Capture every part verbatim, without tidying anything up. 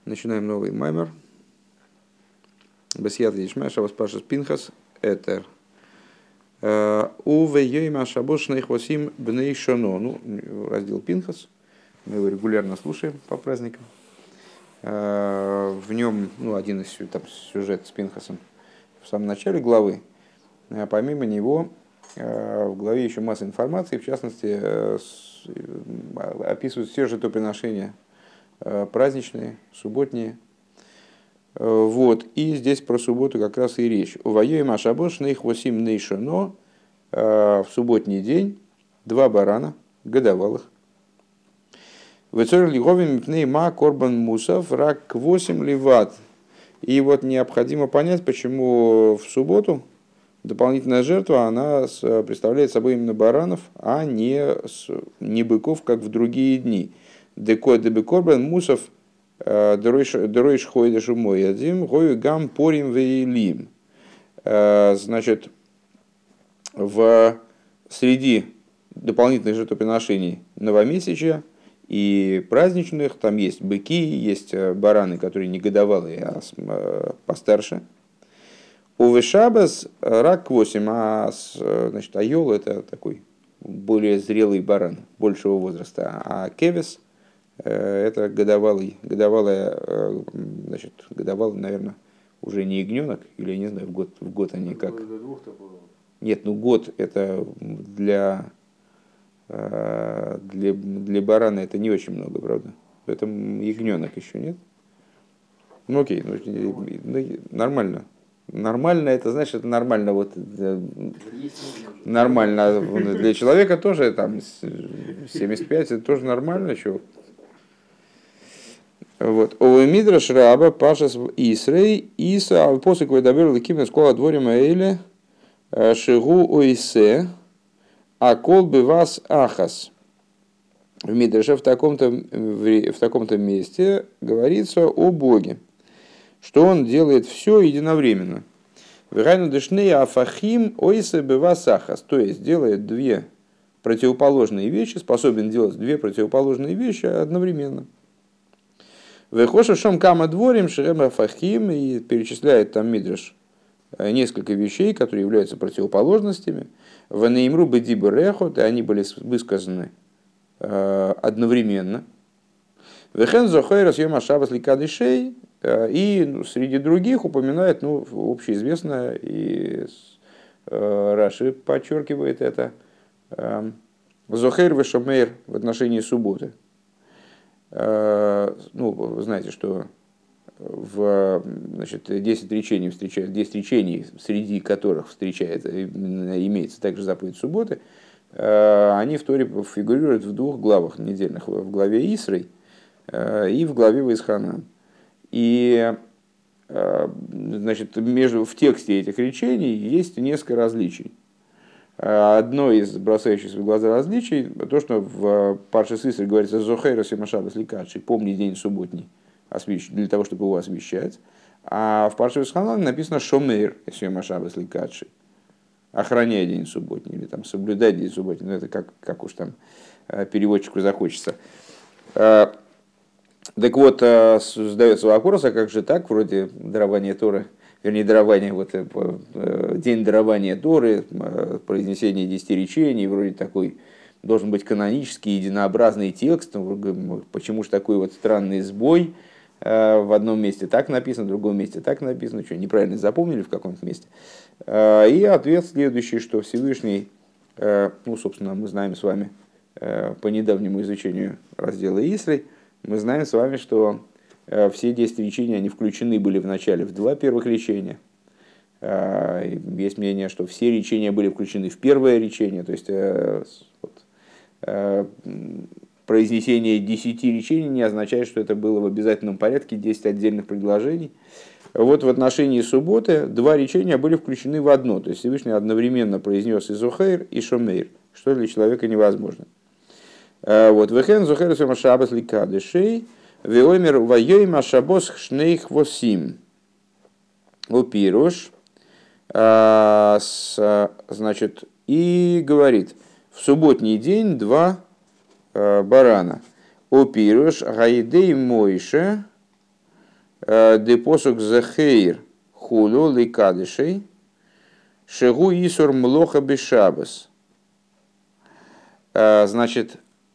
Начинаем новый маймер. Бесьят Ишмеш, Аваспашас Пинхас, Этер. Уве Йойма Шабошных Восим Бней Шоно. Ну, раздел Пинхас. Мы его регулярно слушаем по праздникам. В нем, ну, один из там, сюжет с Пинхасом в самом начале главы. Помимо него, в главе еще масса информации, в частности, описывают все жертвоприношения праздничные, субботние. Вот. И здесь про субботу как раз и речь. Увоюем ашабош нейх восим нейшоно. В субботний день два барана годовалых. Вецор лиговим пней ма корбан мусов рак восемь ливат. И вот необходимо понять, почему в субботу дополнительная жертва, она представляет собой именно баранов, а не, не быков, как в другие дни. Декой дебе корбан мусов доройш хойдеш умой адим гою гам порим вейлим. Значит, в среди дополнительных жертвоприношений новомесячья и праздничных там есть быки, есть бараны, которые не годовалые, а постарше. У Вешабас рак восемь, а значит, айол это такой более зрелый баран, большего возраста, а кевес это годовалый, годовалая, значит, годовалый, наверное, уже не ягненок, или я не знаю, в год, в год они как. Нет, ну год это для, для, для барана это не очень много, правда? Это ягненок еще, нет? Ну окей, ну, ну, нормально. Нормально, это значит, это нормально, вот, нормально для человека тоже, там, семьдесят пять, это тоже нормально, чего. Вот. О Мидраш Раба Пашас Исрей Иса после кого добавил Ликим скола дворим Эйле Шигу Ойсе Акол Бивас Ахас. В Мидраше в таком-то в таком-то месте говорится о Боге, что Он делает все единовременно. Вегайну дешней афахим Ойсе Бивас Ахас, то есть делает две противоположные вещи, способен делать две противоположные вещи одновременно. Вехоша шом кама дворим шерема фахим, и перечисляет там Мидраш несколько вещей, которые являются противоположностями. Ванеимру бедибы рехот, и они были высказаны одновременно. Вехен зохайрас йома шабас ликадышей, и среди других упоминает, ну, общеизвестно, и Раши подчеркивает это, зохайр вешомейр в отношении субботы. Ну, вы знаете, что в, значит, десять речений встречают, десять речений, среди которых встречается, имеется также заповедь субботы, они в Торе фигурируют в двух главах недельных, в главе Исрей и в главе Ваисханан. И, значит, между, в тексте этих речений есть несколько различий. Одно из бросающихся в глаза различий, то, что в Паршас Исрей говорится «Зохейрос Йомашабас Ликадши», помни день субботний, для того, чтобы его освещать. А в Паршас Ваисханан написано «Шомейр Йомашабас Ликадши», охраняй день субботний, или там соблюдай день субботний. Ну, это как, как уж там переводчику захочется. Так вот, задается вопрос, а как же так, вроде дарования Торы, вернее, дарование, вот, день дарования Торы, произнесение десяти речений, вроде такой должен быть канонический, единообразный текст. Почему же такой вот странный сбой? В одном месте так написано, в другом месте так написано. Что, неправильно запомнили в каком-то месте? И ответ следующий, что Всевышний, ну, собственно, мы знаем с вами по недавнему изучению раздела Исрей, мы знаем с вами, что все десять речений, они включены были в начале в два первых речения. Есть мнение, что все речения были включены в первое речение. То есть вот, произнесение десяти речений не означает, что это было в обязательном порядке десять отдельных предложений. Вот в отношении субботы два речения были включены в одно. То есть Всевышний одновременно произнес и Зохейр, и Шомейр, что для человека невозможно. Вот вехен Зохейр сема шабас ликадышей. Веомер воейма шабос шнейх восим. Упируш. Значит, и говорит, в субботний день два барана. Упируш гаидей мойше Депосук захейр хулю ликадышей шегу исур млоха бешабас. Значит,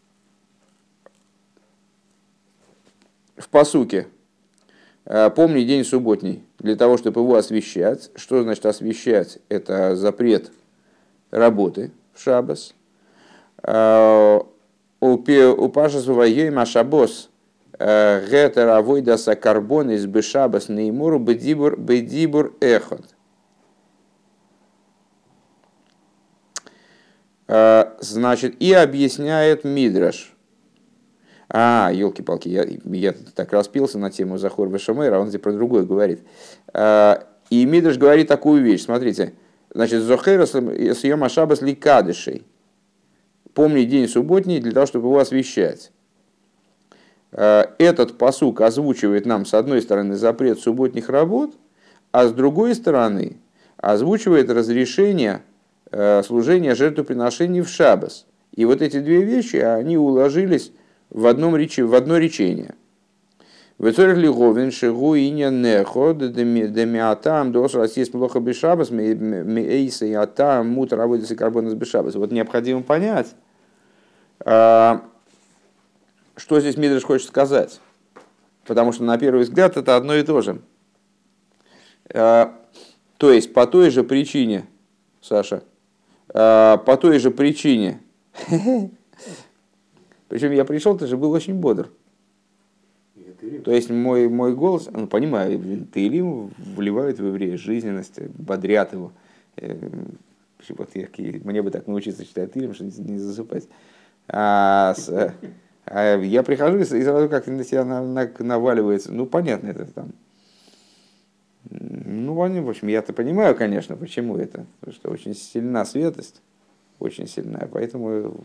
в пасуке помни день субботний для того, чтобы его освещать. Что значит освещать? Это запрет работы в шабас. У пашас вайей машабос гетер авойдаса карбон из бешабас неймуру бедибур бедибур эхот. Значит, и объясняет Мидраш. А, елки-палки, я, я так распился на тему Захор Вешамейра, а он здесь про другое говорит. И Мидраш говорит такую вещь, смотрите. Значит, Зохейра съем ашабас ликадышей. Помни день субботний для того, чтобы его освещать. Этот пасук озвучивает нам, с одной стороны, запрет субботних работ, а с другой стороны, озвучивает разрешение служения жертвоприношений в шабас. И вот эти две вещи, они уложились в, одном речи, в одно речение. Вецорих лиговин шигу иня неход демиатам дос расис млоха бешабас мейса и атам мутар аводисы карбонас бешабас. Вот необходимо понять, что здесь Мидраш хочет сказать. Потому что на первый взгляд это одно и то же. То есть по той же причине, Саша, по той же причине, причем я пришел, ты же был очень бодр. То есть мой, мой голос, ну понимаю, Теилим вливают в еврея жизненность, бодрят его. Вот я, мне бы так научиться читать Теилим, чтобы не засыпать. А, с, а я прихожу и сразу как-то на себя наваливается. Ну понятно, это там. Ну, в общем, я-то понимаю, конечно, почему это. Потому что очень сильна светость, очень сильная, поэтому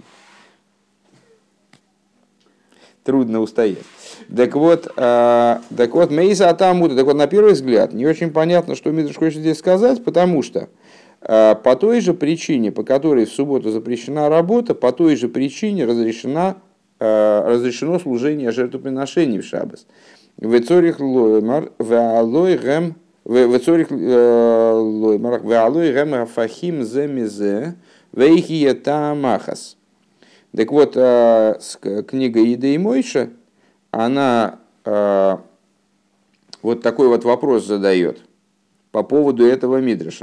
трудно устоять. Так вот, э, так вот, Мейса Атамута, так вот, на первый взгляд, не очень понятно, что Мидраш хочет здесь сказать, потому что э, по той же причине, по которой в субботу запрещена работа, по той же причине разрешена, э, разрешено служение жертвоприношений в шаббас. Вецорих лоймар веалой гэм вецорих лоймар веалой гэм афахим земизе вейхия таамахас. Так вот, книга Ида и Мойша, она вот такой вот вопрос задает по поводу этого Мидраша.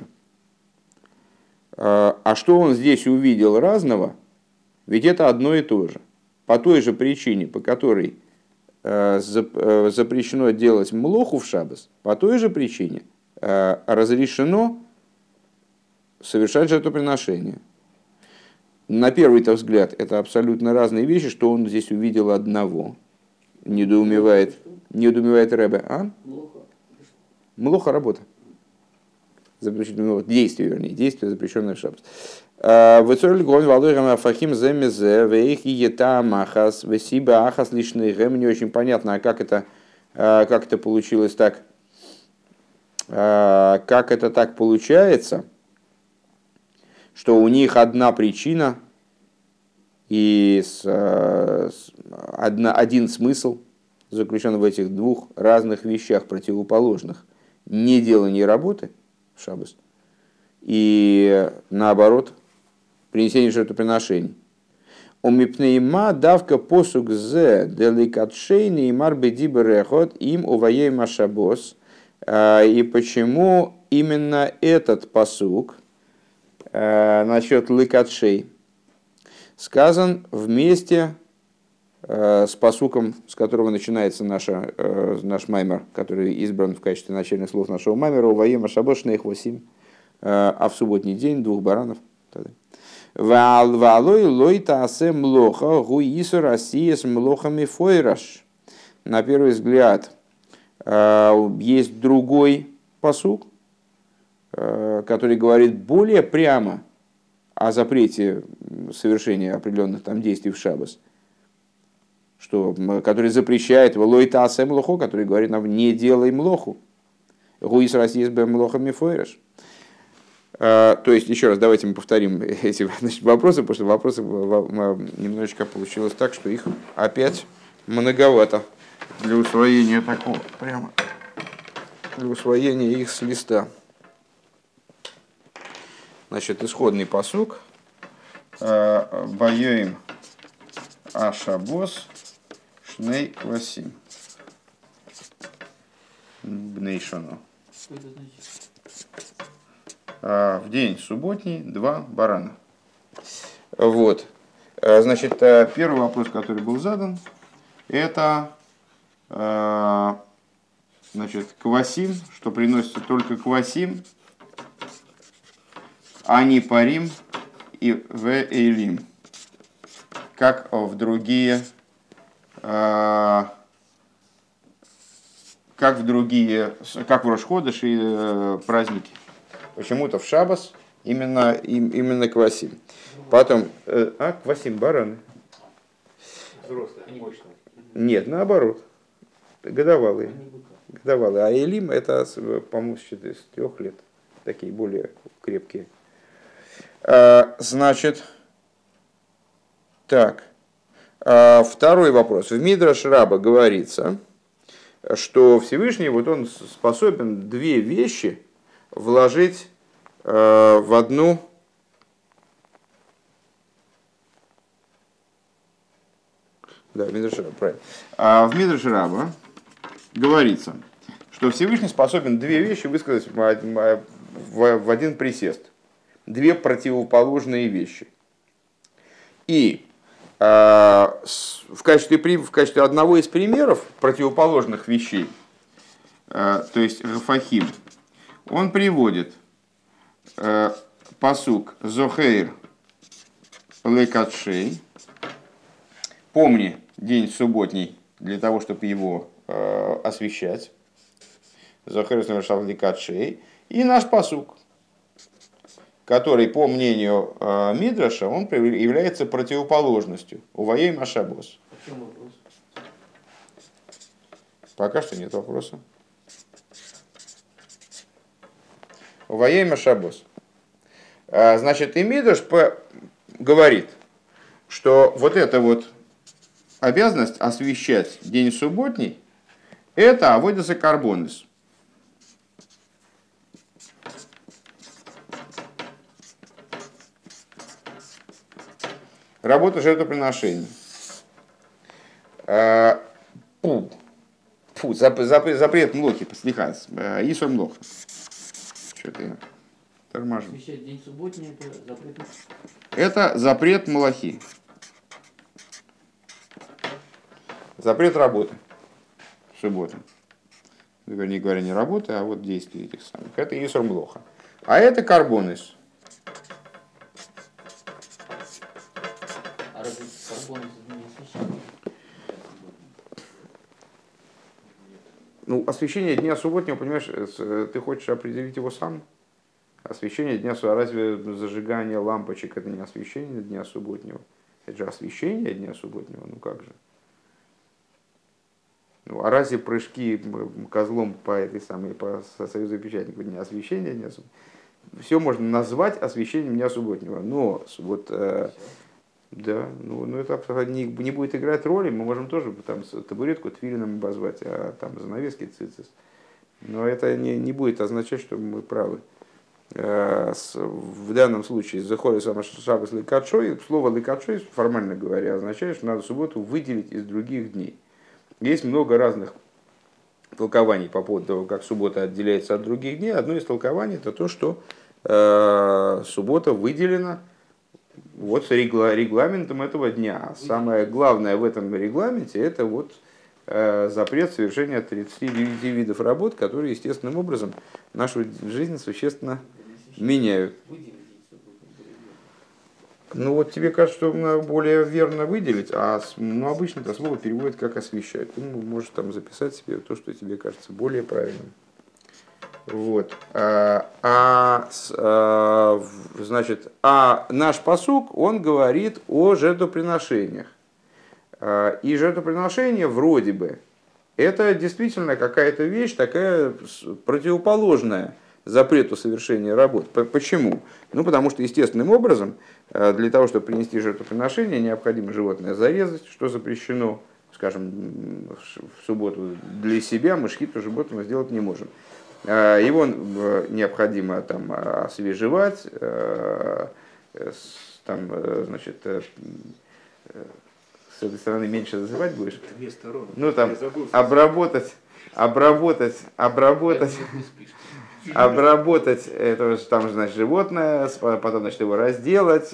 А что он здесь увидел разного? Ведь это одно и то же. По той же причине, по которой запрещено делать млоху в шаббас, по той же причине разрешено совершать жертвоприношение. На первый-то взгляд это абсолютно разные вещи, что он здесь увидел одного. Недоумевает, недоумевает Ребе. А? Млоха работа. Запрещенное действие, вернее, действие, запрещенное в шаббас. Вецорли гон валойгам афахим земезе вейхи ета махас весиба ахас лишний гэм. Не очень понятно, а как это, как это получилось так, как это так получается, что у них одна причина и с, с, одна, один смысл заключен в этих двух разных вещах противоположных. Не делание работы в шаббас и наоборот принесение жертвоприношений. Умипнейма давка посук зе деликатшейни и марбеди берехот им увоей машабос. И почему именно этот посук насчет лыкатшей сказан вместе с пасуком, с которого начинается наша, наш маймер, который избран в качестве начальных слов нашего маймера, «Увоем ашабос шнеих восемь», а в субботний день двух баранов. «Ваалой лой таасе млоха гу ису расия с млохами фойраш». На первый взгляд есть другой пасук, который говорит более прямо о запрете совершения определенных там действий в шаббас, что, который запрещает «Лой таасе млохо», который говорит нам «не делай млоху». «Гуис расиес бе млоха мифойраш». То есть, еще раз, давайте мы повторим эти значит, вопросы, потому что вопросы немножечко получилось так, что их опять многовато для усвоения такого прямо. для усвоения их с листа. Значит, исходный пасук. Боем Ашабос Шней Квасим. Бнейшону. В день субботний два барана. Вот. Значит, первый вопрос, который был задан, это значит, квасим, что приносится только квасим, а не парим и в эйлим, как в другие, как в другие, как в Рош-ходеш и праздники. Почему-то в Шаббас именно, именно квасим. Потом, а, квасим, бараны. Взрослые, они больше. Нет, наоборот. Годовалые. Годовалые. А элим это, по-моему, с трех лет. Такие более крепкие. Значит, так. Второй вопрос. В Мидраш Раба говорится, что Всевышний вот он способен две вещи вложить в одну. Да, в Мидраш Раба, правильно. А в Мидраш Раба говорится, что Всевышний способен две вещи высказать в один присест. Две противоположные вещи. И э, в, качестве, в качестве одного из примеров противоположных вещей, э, то есть Рафахим, он приводит э, пасук Зохейр Лекатшей, помни день субботний для того, чтобы его э, освещать, Зохейр Лекатшей, и наш пасук, который, по мнению э, Мидраша, он является противоположностью Уваей Машабос. В чем вопрос? Пока что нет вопроса. Уваей Машабос. А, значит, и Мидраш по... говорит, что вот эта вот обязанность освещать день субботний, это аводиса карбонис. Работа жертвоприношений. Фу, фу, запрет, запрет млохи, послихать. Исор млоха. Что-то я торможу. Освещать день субботний, это запрет. Это запрет млохи. Запрет работы в субботу. Вернее говоря, не работы, а вот действий этих самых. Это Исор млоха. А это карбонис. Ну, освещение дня субботнего, понимаешь, ты хочешь определить его сам? Освещение дня субботнего, разве зажигание лампочек это не освещение дня субботнего? Это же освещение дня субботнего, ну как же? Ну, а разве прыжки козлом по этой самой, по союзу печатников не освещение дня субботнего? Все можно назвать освещением дня субботнего, но вот... Да, ну, ну это не, не будет играть роли, мы можем тоже там табуретку твилином обозвать, а там занавески цицис. Но это не, не будет означать, что мы правы. В данном случае захори сама шабас лекатшой, слово лекатшой, формально говоря, означает, что надо субботу выделить из других дней. Есть много разных толкований по поводу того, как суббота отделяется от других дней. Одно из толкований это то, что э, суббота выделена вот с регла- регламентом этого дня. Самое главное в этом регламенте это вот э, запрет совершения тридцати девяти видов работ, которые естественным образом нашу жизнь существенно меняют. Ну вот тебе кажется, что более верно выделить, а ну, обычно это слово переводят как освещать. Ты можешь там записать себе то, что тебе кажется более правильным. Вот. А, а, а, значит, а наш пасук, он говорит о жертвоприношениях. А, и жертвоприношение вроде бы, это действительно какая-то вещь такая противоположная запрету совершения работ. Почему? Ну, потому что естественным образом, для того, чтобы принести жертвоприношение, необходимо животное зарезать, что запрещено, скажем, в субботу для себя, мы шхиту животного сделать не можем. Его необходимо там освежевать, там, значит, с этой стороны меньше называть будешь? Две стороны. Ну там обработать, обработать, обработать, обработать это там, значит, животное, потом, значит, его разделать,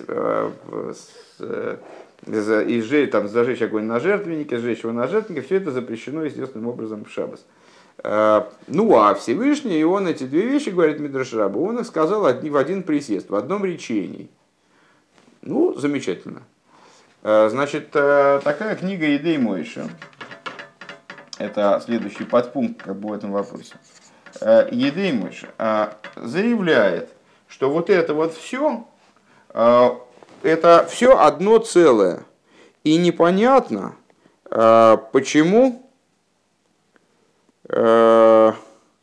и сжечь, там, зажечь огонь на жертвеннике, сжечь его на жертвеннике, все это запрещено естественным образом в шаббос. Ну а Всевышний, и он эти две вещи, говорит Мидраш Раба, он их сказал в один присест, в одном речении. Ну, замечательно. Значит, такая книга Едей Мойше. Это следующий подпункт как бы в этом вопросе. Едей Мойше заявляет, что вот это вот все, это все одно целое. И непонятно, почему... Так,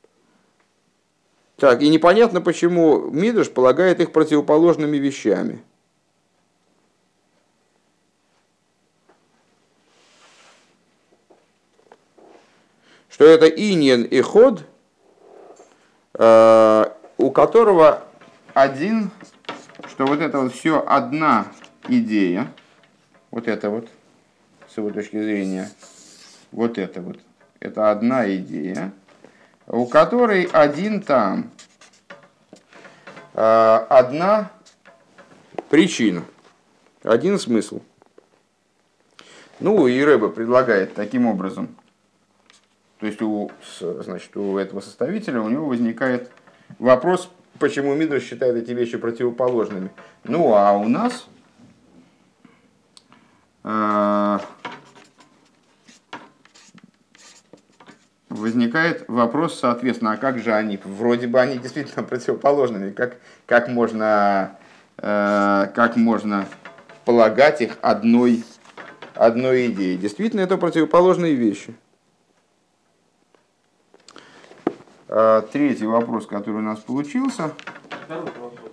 и непонятно, почему Мидраш полагает их противоположными вещами. Что это иньян и ход, у которого один, что вот это вот все одна идея, вот это вот, с его точки зрения, вот это вот, это одна идея, у которой один там, одна причина, один смысл. Ну и Рэбе предлагает таким образом. То есть у, значит, у этого составителя у него возникает вопрос, почему Мидраш считает эти вещи противоположными. Ну а у нас э, возникает вопрос, соответственно, а как же они? Вроде бы они действительно противоположными. Как, как, можно, э, как можно полагать их одной, одной идеей? Действительно, это противоположные вещи. Третий вопрос, который у нас получился. Второй вопрос.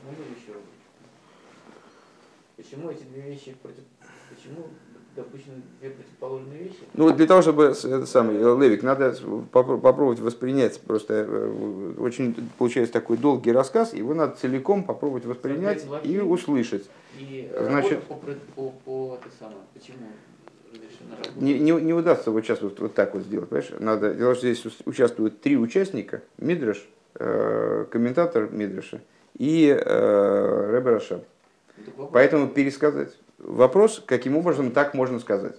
Почему эти две вещи против... Почему допущены две противоположные вещи? Ну, для того, чтобы это самый Левик, надо попробовать воспринять. Просто очень получается такой долгий рассказ, его надо целиком попробовать воспринять и услышать. И Значит, по, по, по, это самое, почему? Не, не, не удастся вот сейчас вот, вот так вот сделать, понимаешь? Надо делать, что здесь участвуют три участника: Мидраш, э, комментатор Мидраша и э, Ребе Рашаб. Поэтому пересказать вопрос, каким образом так можно сказать.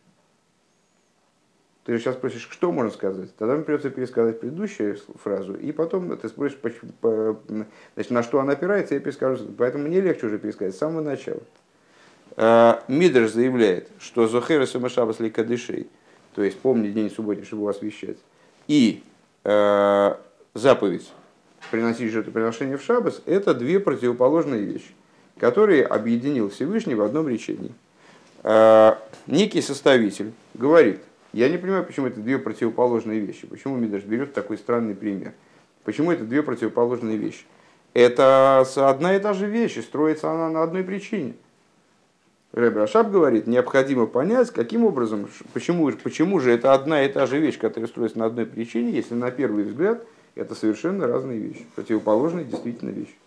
Ты же сейчас спросишь, что можно сказать, тогда мне придется пересказать предыдущую фразу, и потом ты спросишь, почему, по, значит, на что она опирается, я перескажу. Поэтому мне легче уже пересказать с самого начала. Мидраш заявляет, что Зохер и Сумашабас ли Кадышей, то есть помни день субботний, чтобы его освящать, и э, заповедь приносить жертвоприношение в Шаббас, это две противоположные вещи, которые объединил Всевышний в одном речении. Э, некий составитель говорит: я не понимаю, почему это две противоположные вещи, почему Мидраш берет такой странный пример, почему это две противоположные вещи. Это одна и та же вещь, и строится она на одной причине. Ребе Рашаб говорит, необходимо понять, каким образом, почему, почему же это одна и та же вещь, которая строится на одной причине, если на первый взгляд это совершенно разные вещи, противоположные действительно вещи.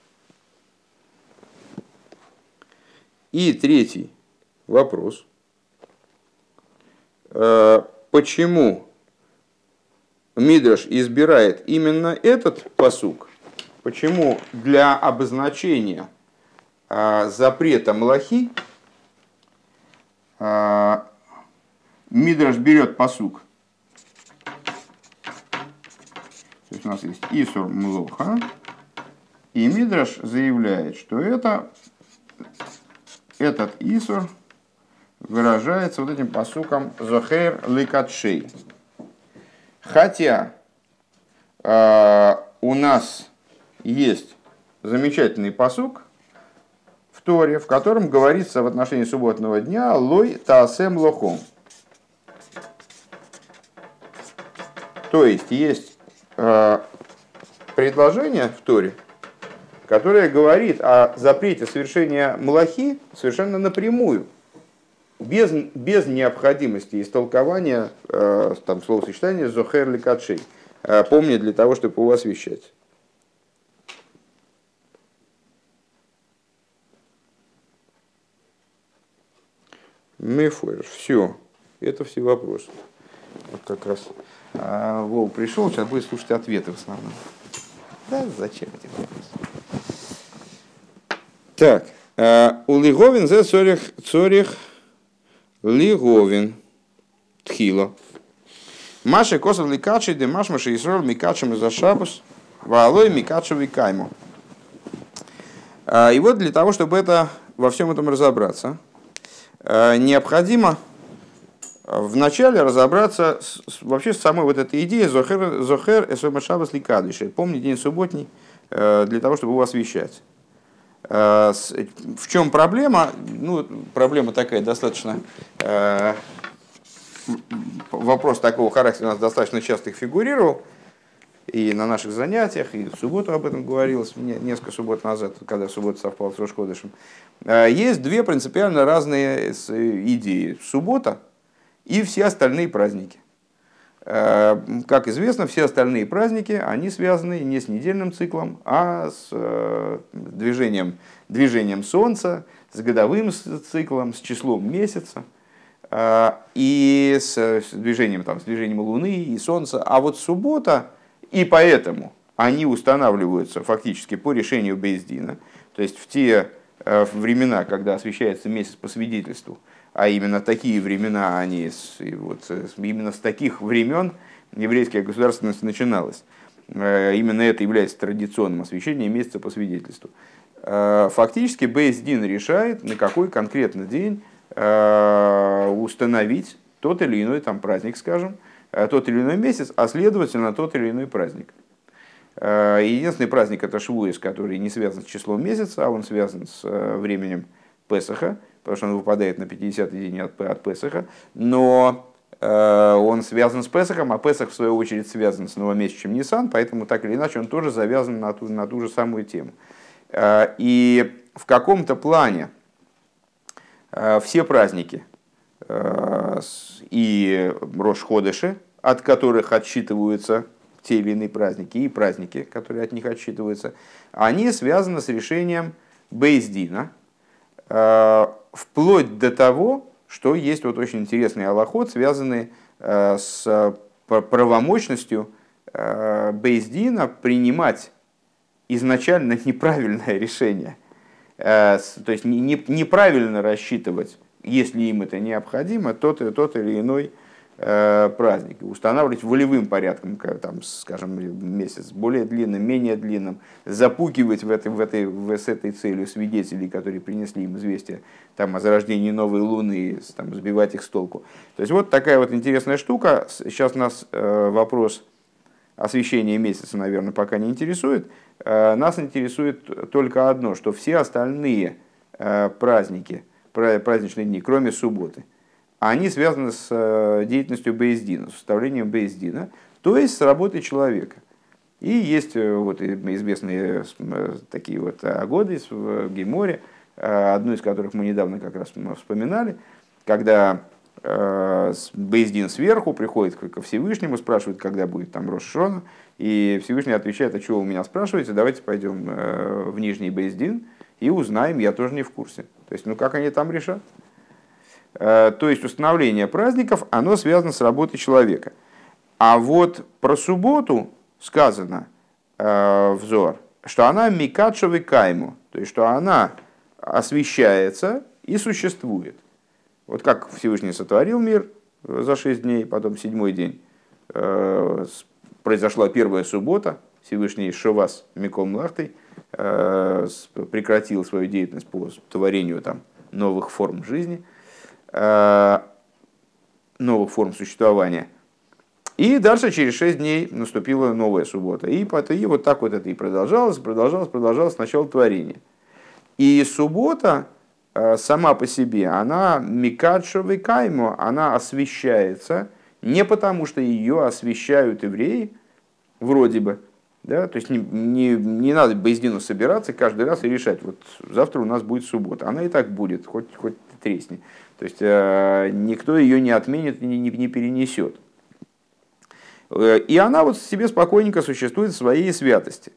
И третий вопрос. Почему Мидраш избирает именно этот пасук? Почему для обозначения запрета млахи Мидраш берет пасук? То есть у нас есть Исур Млоха, и Мидраш заявляет, что это, этот Исур выражается вот этим пасуком Зохер Ликатшей. Хотя э, у нас есть замечательный пасук в Торе, в котором говорится в отношении субботного дня «Лой таасем лохом». То есть есть э, предложение в Торе, которое говорит о запрете совершения млахи совершенно напрямую, без, без необходимости истолкования э, там, словосочетания «зохер ликатшей». помнит для того, чтобы его освещать. Мефойр. Все. Это все вопросы. Вот как раз а, Вов пришел, сейчас будет слушать ответы в основном. Да, зачем эти вопросы? Так. У Лиговин зе цорих цорих Лиговин тхило. Маша косов ликачи, де маш маша Исроль микачем за шабус, валой микачевый кайму. И вот для того, чтобы это, во всем этом разобраться, необходимо вначале разобраться с, вообще с самой вот этой идеей «Зохер, зохер эсома шабас ликадыши». Помни день субботний для того, чтобы его освещать. В чем проблема? Ну, проблема такая достаточно... Вопрос такого характера у нас достаточно часто фигурировал. И на наших занятиях, и в субботу об этом говорилось, несколько суббот назад, когда суббота совпала с Рош ходешем. Есть две принципиально разные идеи. Суббота и все остальные праздники. Как известно, все остальные праздники, они связаны не с недельным циклом, а с движением, движением Солнца, с годовым циклом, с числом месяца. И с движением, там, с движением Луны и Солнца. А вот суббота... И поэтому они устанавливаются фактически по решению Бейс-Дина, то есть в те времена, когда освещается месяц по свидетельству, а именно такие времена, они, вот, именно с таких времен еврейская государственность начиналась. Именно это является традиционным освещением месяца по свидетельству. Фактически Бейс-Дин решает, на какой конкретно день установить тот или иной там праздник, скажем, тот или иной месяц, а следовательно тот или иной праздник. Единственный праздник это Швуис, который не связан с числом месяца, а он связан с временем Песаха, потому что он выпадает на пятидесятый день от, от Песаха, но он связан с Песахом, а Песах в свою очередь связан с новомесячем Нисан, поэтому так или иначе он тоже завязан на ту, на ту же самую тему. И в каком-то плане все праздники и Рош-ходеши, от которых отсчитываются те или иные праздники, и праздники, которые от них отсчитываются, они связаны с решением Бейс-Дина, вплоть до того, что есть вот очень интересный алахот, связанный с правомощностью Бейс-Дина принимать изначально неправильное решение, то есть неправильно рассчитывать, если им это необходимо, тот, тот или иной э, праздник. Устанавливать волевым порядком, там, скажем, месяц более длинным, менее длинным, запугивать в этой, в этой, в, с этой целью свидетелей, которые принесли им известие там, о зарождении новой Луны, там, сбивать их с толку. То есть вот такая вот интересная штука. Сейчас нас э, вопрос освещения месяца, наверное, пока не интересует. Э, нас интересует только одно, что все остальные э, праздники, праздничные дни, кроме субботы, они связаны с деятельностью Бейс-Дина, с составлением Бейс-Дина, то есть с работой человека. И есть вот известные такие вот агоды в Геморе, одну из которых мы недавно как раз вспоминали, когда Бейс-Дин сверху приходит ко Всевышнему, спрашивает, когда будет там Рош ха-Шана, и Всевышний отвечает: а чего вы меня спрашиваете, давайте пойдем в Нижний Бейс-Дин и узнаем, я тоже не в курсе. То есть, ну как они там решат? То есть, установление праздников, оно связано с работой человека. А вот про субботу сказано в Зоар, что она микачевый кайму, то есть, что она освещается и существует. Вот как Всевышний сотворил мир за шесть дней, потом седьмой день произошла первая суббота, Всевышний Шовас Микол Млахтой прекратил свою деятельность по творению там, новых форм жизни, новых форм существования. И дальше через шесть дней наступила новая суббота. И, и вот так вот это и продолжалось, продолжалось, продолжалось с начала творения. И суббота сама по себе, она микадшовый каймо, она освещается не потому, что ее освещают евреи, вроде бы, да, то есть не, не, не надо Бейс-Дину собираться каждый раз и решать, вот завтра у нас будет суббота, она и так будет, хоть, хоть тресни. То есть э, никто ее не отменит и не, не перенесет. И она вот себе спокойненько существует в своей святости.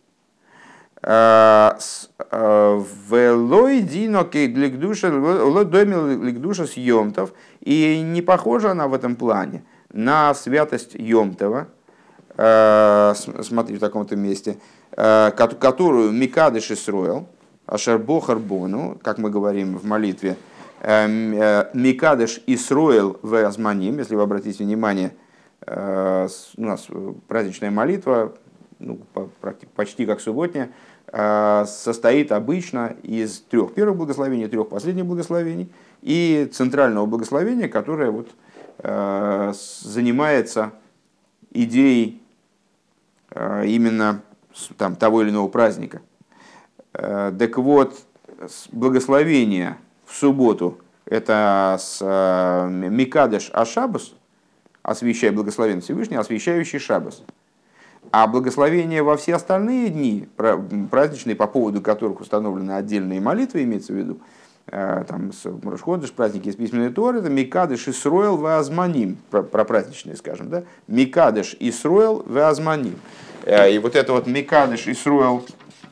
Велой диноки ликдуша ликдуша с йомтов. И не похожа она в этом плане на святость Йомтова. Смотри, в таком-то месте, которую Микадыш Исроэл, Ашербо Харбону, как мы говорим в молитве, Микадыш Исроэл в Азманим, если вы обратите внимание, у нас праздничная молитва, ну, почти как субботняя, состоит обычно из трех первых благословений, трех последних благословений и центрального благословения, которое вот, занимается идеей именно там, того или иного праздника. Так вот, благословение в субботу — это с Микадеш Ашабас, освящая благословен Всевышний, освящающий Шабас. А благословение во все остальные дни, праздничные, по поводу которых установлены отдельные молитвы, имеется в виду, там, Рош ходеш, праздники из письменной Торы, это Микадеш Исроэл веазманим, про, про праздничные, скажем, да? Микадеш Исроэл веазманим. И вот это вот Микадеш Исроэл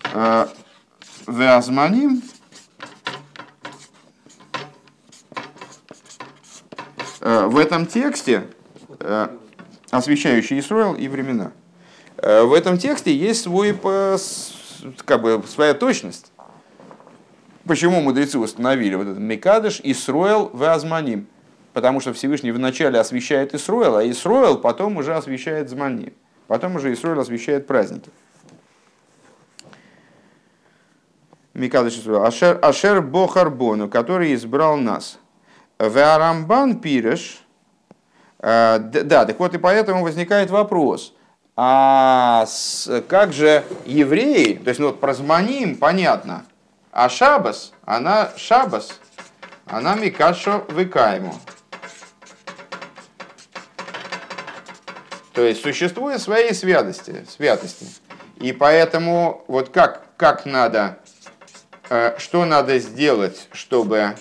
веазманим, в этом тексте, освящающий Исроэл и времена, в этом тексте есть свой, как бы, своя точность. Почему мудрецы установили вот этот Микадеш Исроэл веазманим? Потому что Всевышний вначале освящает Исроэл, а Исроэл потом уже освящает Зманим. Потом уже Исроэл освящает праздники. Микадеш Исроэл. Ашер, Ашер Бохарбону, который избрал нас. Веарамбан пиреш. Да, так вот и поэтому возникает вопрос. А как же евреи, то есть ну, вот про Зманим понятно, а Шабас, она Шабас, она Микашо Выкайму. То есть существует своей святости, святости. И поэтому вот как, как надо, что надо сделать, чтобы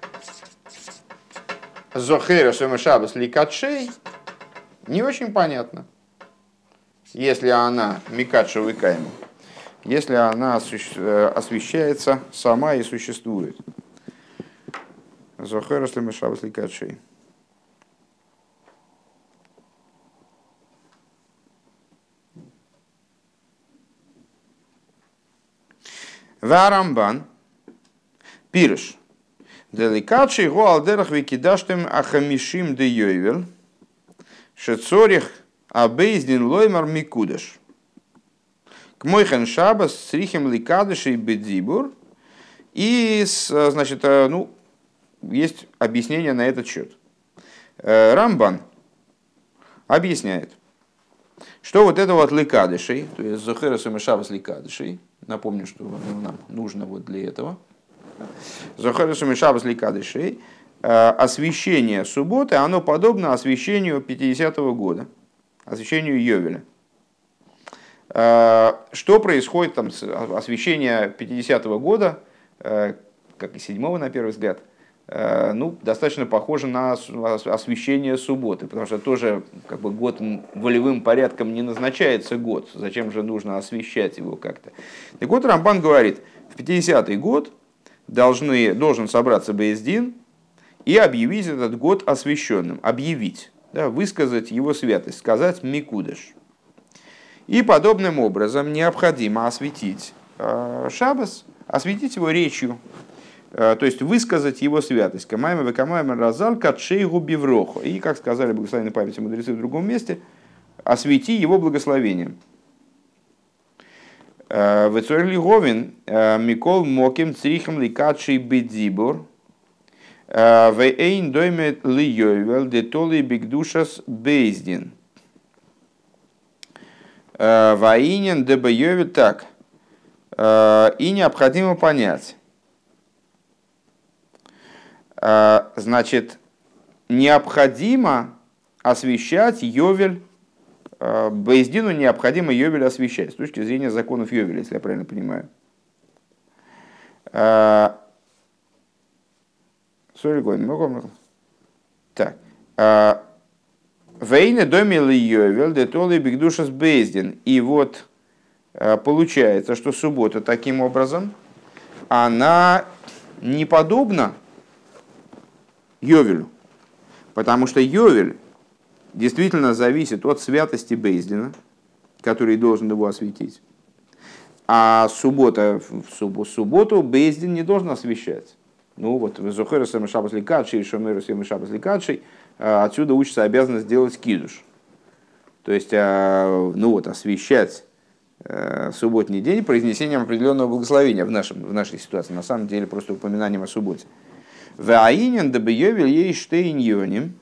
Зохера Шема Шабас Ликатшей, не очень понятно. Если она Микадшо Выкайму, если она освещается сама и существует. Зохера Шема Шабас Ликатшей. Варамбан пирш. Деликатший го алдерах викидаштем ахамишим де йойвел. Шецорих абейздин лоймар микудаш. К мойхан шабас с рихем ликадышей бедзибур. И, значит, ну, есть объяснение на этот счет. Рамбан объясняет, что вот это вот ликадышей, то есть зохерас и шабас ликадышей, напомню, что нам нужно вот для этого, зохерас и шабас ликадышей, освящение субботы, оно подобно освящению пятидесятого года, освящению Йовеля. Что происходит там с освящением пятидесятого года, как и седьмого на первый взгляд, ну, достаточно похоже на освящение субботы, потому что тоже как бы год волевым порядком не назначается год, зачем же нужно освящать его как-то. Так вот, Рамбан говорит, в пятидесятый год должны, должен собраться бейс дин и объявить этот год освященным, объявить, да, высказать его святость, сказать микудеш. И подобным образом необходимо осветить э, шаббас, осветить его речью, э, то есть высказать его святость. Камайма векамайма разал катшейгу бивроху. И, как сказали благословенной памяти мудрецы в другом месте, освети его благословением. Вецорли говин микол моким црихам ликатшей бедзибур вейн доймет ли йойвел детоли бигдушас бейздин. Воинен дебайове так. И необходимо понять. Значит, необходимо освещать Йовель. Бейздину необходимо Йовель освещать с точки зрения законов Йовеля, если я правильно понимаю. Так. Вейне домили Йовель, детоли бигдушас бейздин. И вот получается, что суббота таким образом, она не подобна Йовелю. Потому что Йовель действительно зависит от святости Бейздина, который должен его осветить. А суббота, в субботу Бейздин не должен освещать. Ну вот, Зохересом Шабас Ликадши, Шомерусом Шабас Ликадши, отсюда учится обязанность делать кидуш. То есть, ну вот, освещать субботний день произнесением определенного благословения в, нашем, в нашей ситуации. На самом деле, просто упоминанием о субботе. Ваинен дабиёвель ей штейньоним.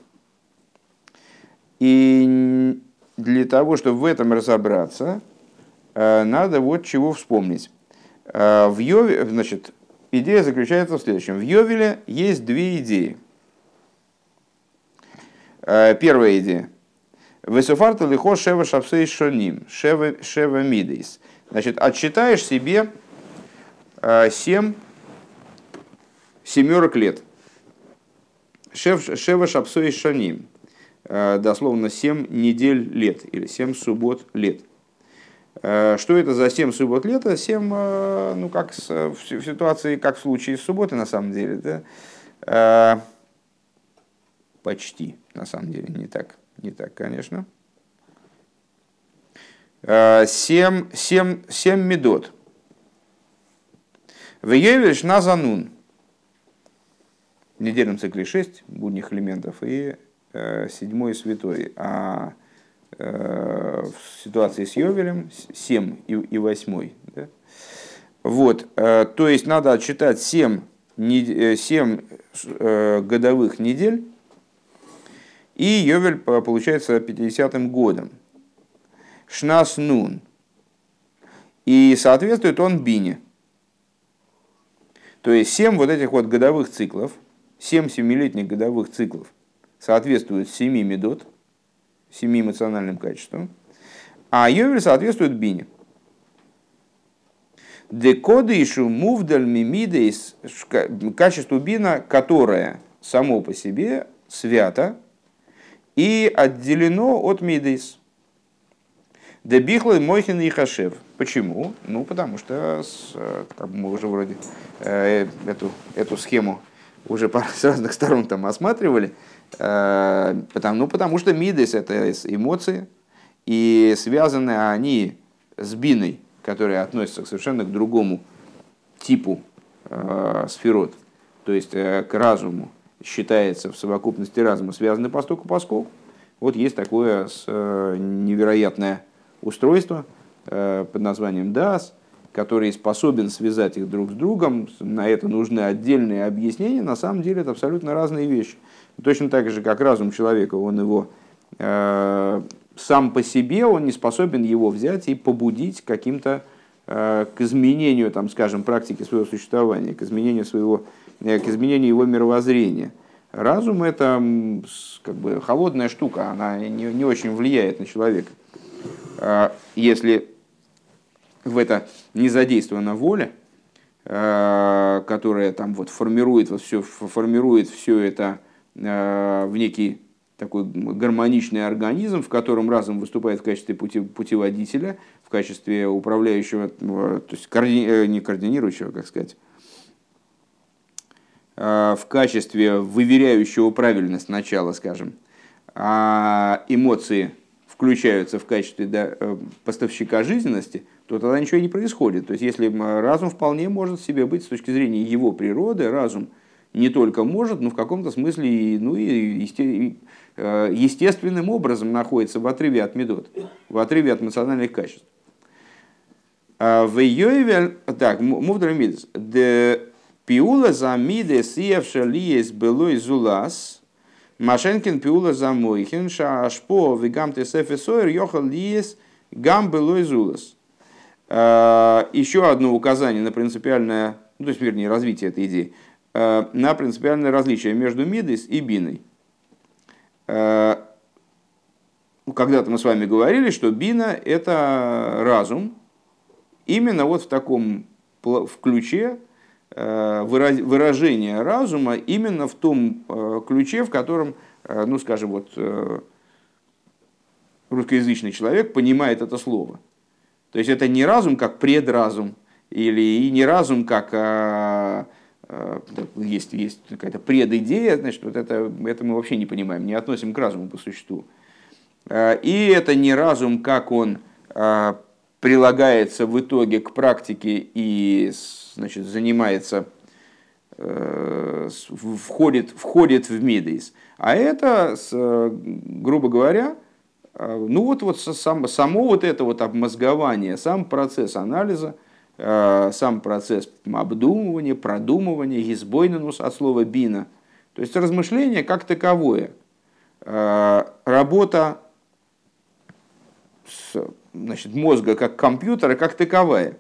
И для того, чтобы в этом разобраться, надо вот чего вспомнить. В Йове, значит, идея заключается в следующем. В Йовеле есть две идеи. Первая идея. Весуфарта лихо шева шапсей шоним, шева, шева мидейс. Значит, отсчитаешь себе семь семерок лет. Шев, шева шапсей шоним. Дословно семь недель лет или семь суббот лет. Что это за семь суббот лета? семь, ну, как в ситуации, как в случае с субботой, на самом деле, да? Почти, на самом деле, не так, не так, конечно. Семь, семь, семь медот. В Йовель назанун. В недельном цикле шесть будних элементов и седьмой святой. А в ситуации с Йовелем семь и восемь. Да? Вот, то есть надо отсчитать семь, семь годовых недель, и Йовель получается пятидесятым годом. Шнас нун. И соответствует он бине. То есть семь вот этих вот годовых циклов, семь семилетних годовых циклов соответствуют семи медот, семи эмоциональным качествам, а Йовель соответствует бине. Декодышу мувдаль мимидейс, качеству бина, которое само по себе свято и отделено от мидейс. Дебихлой мойхин и хашев. Почему? Ну, потому что там, мы уже вроде э, эту, эту схему уже с разных сторон там осматривали. Э, потому, ну, потому что мидейс — это эмоции, и связаны они с биной, которая относится совершенно к другому типу э, сферот, то есть э, к разуму, считается в совокупности разума связаны постоку поскольку. Вот есть такое э, невероятное устройство э, под названием даас, который способен связать их друг с другом. На это нужны отдельные объяснения. На самом деле это абсолютно разные вещи. Точно так же, как разум человека, он его э, сам по себе, он не способен его взять и побудить каким-то э, к изменению, там, скажем, практики своего существования, к изменению, своего, э, к изменению его мировоззрения. Разум — это как бы холодная штука, она не, не очень влияет на человека. Если в это не задействована воля, которая там вот формирует, вот все, формирует все это в некий такой гармоничный организм, в котором разум выступает в качестве пути, путеводителя, в качестве управляющего, то есть коорди, не координирующего, как сказать, в качестве выверяющего правильность начала, скажем, а эмоции включаются в качестве, да, поставщика жизненности, то тогда ничего не происходит. То есть, если разум вполне может себе быть, с точки зрения его природы, разум не только может, но в каком-то смысле ну, и естественным образом находится в отрыве от медот, в отрыве от эмоциональных качеств. В Йовель, так, мудрый мидес, де пиула за мидес иевша лиес белой зулас, Машенкин пиула за мойхин, шашпо вегам тесеф сойр йохал лиес гам белой зулас. Еще одно указание на принципиальное, ну, то есть, вернее, развитие этой идеи, на принципиальное различие между мидес и биной. Когда-то мы с вами говорили, что бина — это разум, именно вот в таком в ключе, выражение разума именно в том ключе, в котором, ну, скажем, вот, русскоязычный человек понимает это слово. То есть это не разум как предразум, или и не разум как а, а, есть, есть какая-то предидея, значит, вот это, это мы вообще не понимаем, не относим к разуму по существу. А, и это не разум, как он а, прилагается в итоге к практике и, значит, занимается, а, входит, входит в мидейс. А это, грубо говоря, ну вот, вот сам, само вот это вот обмозгование, сам процесс анализа, сам процесс обдумывания, продумывания, гизбойненус от слова бина, то есть размышление как таковое, работа, значит, мозга как компьютера как таковая.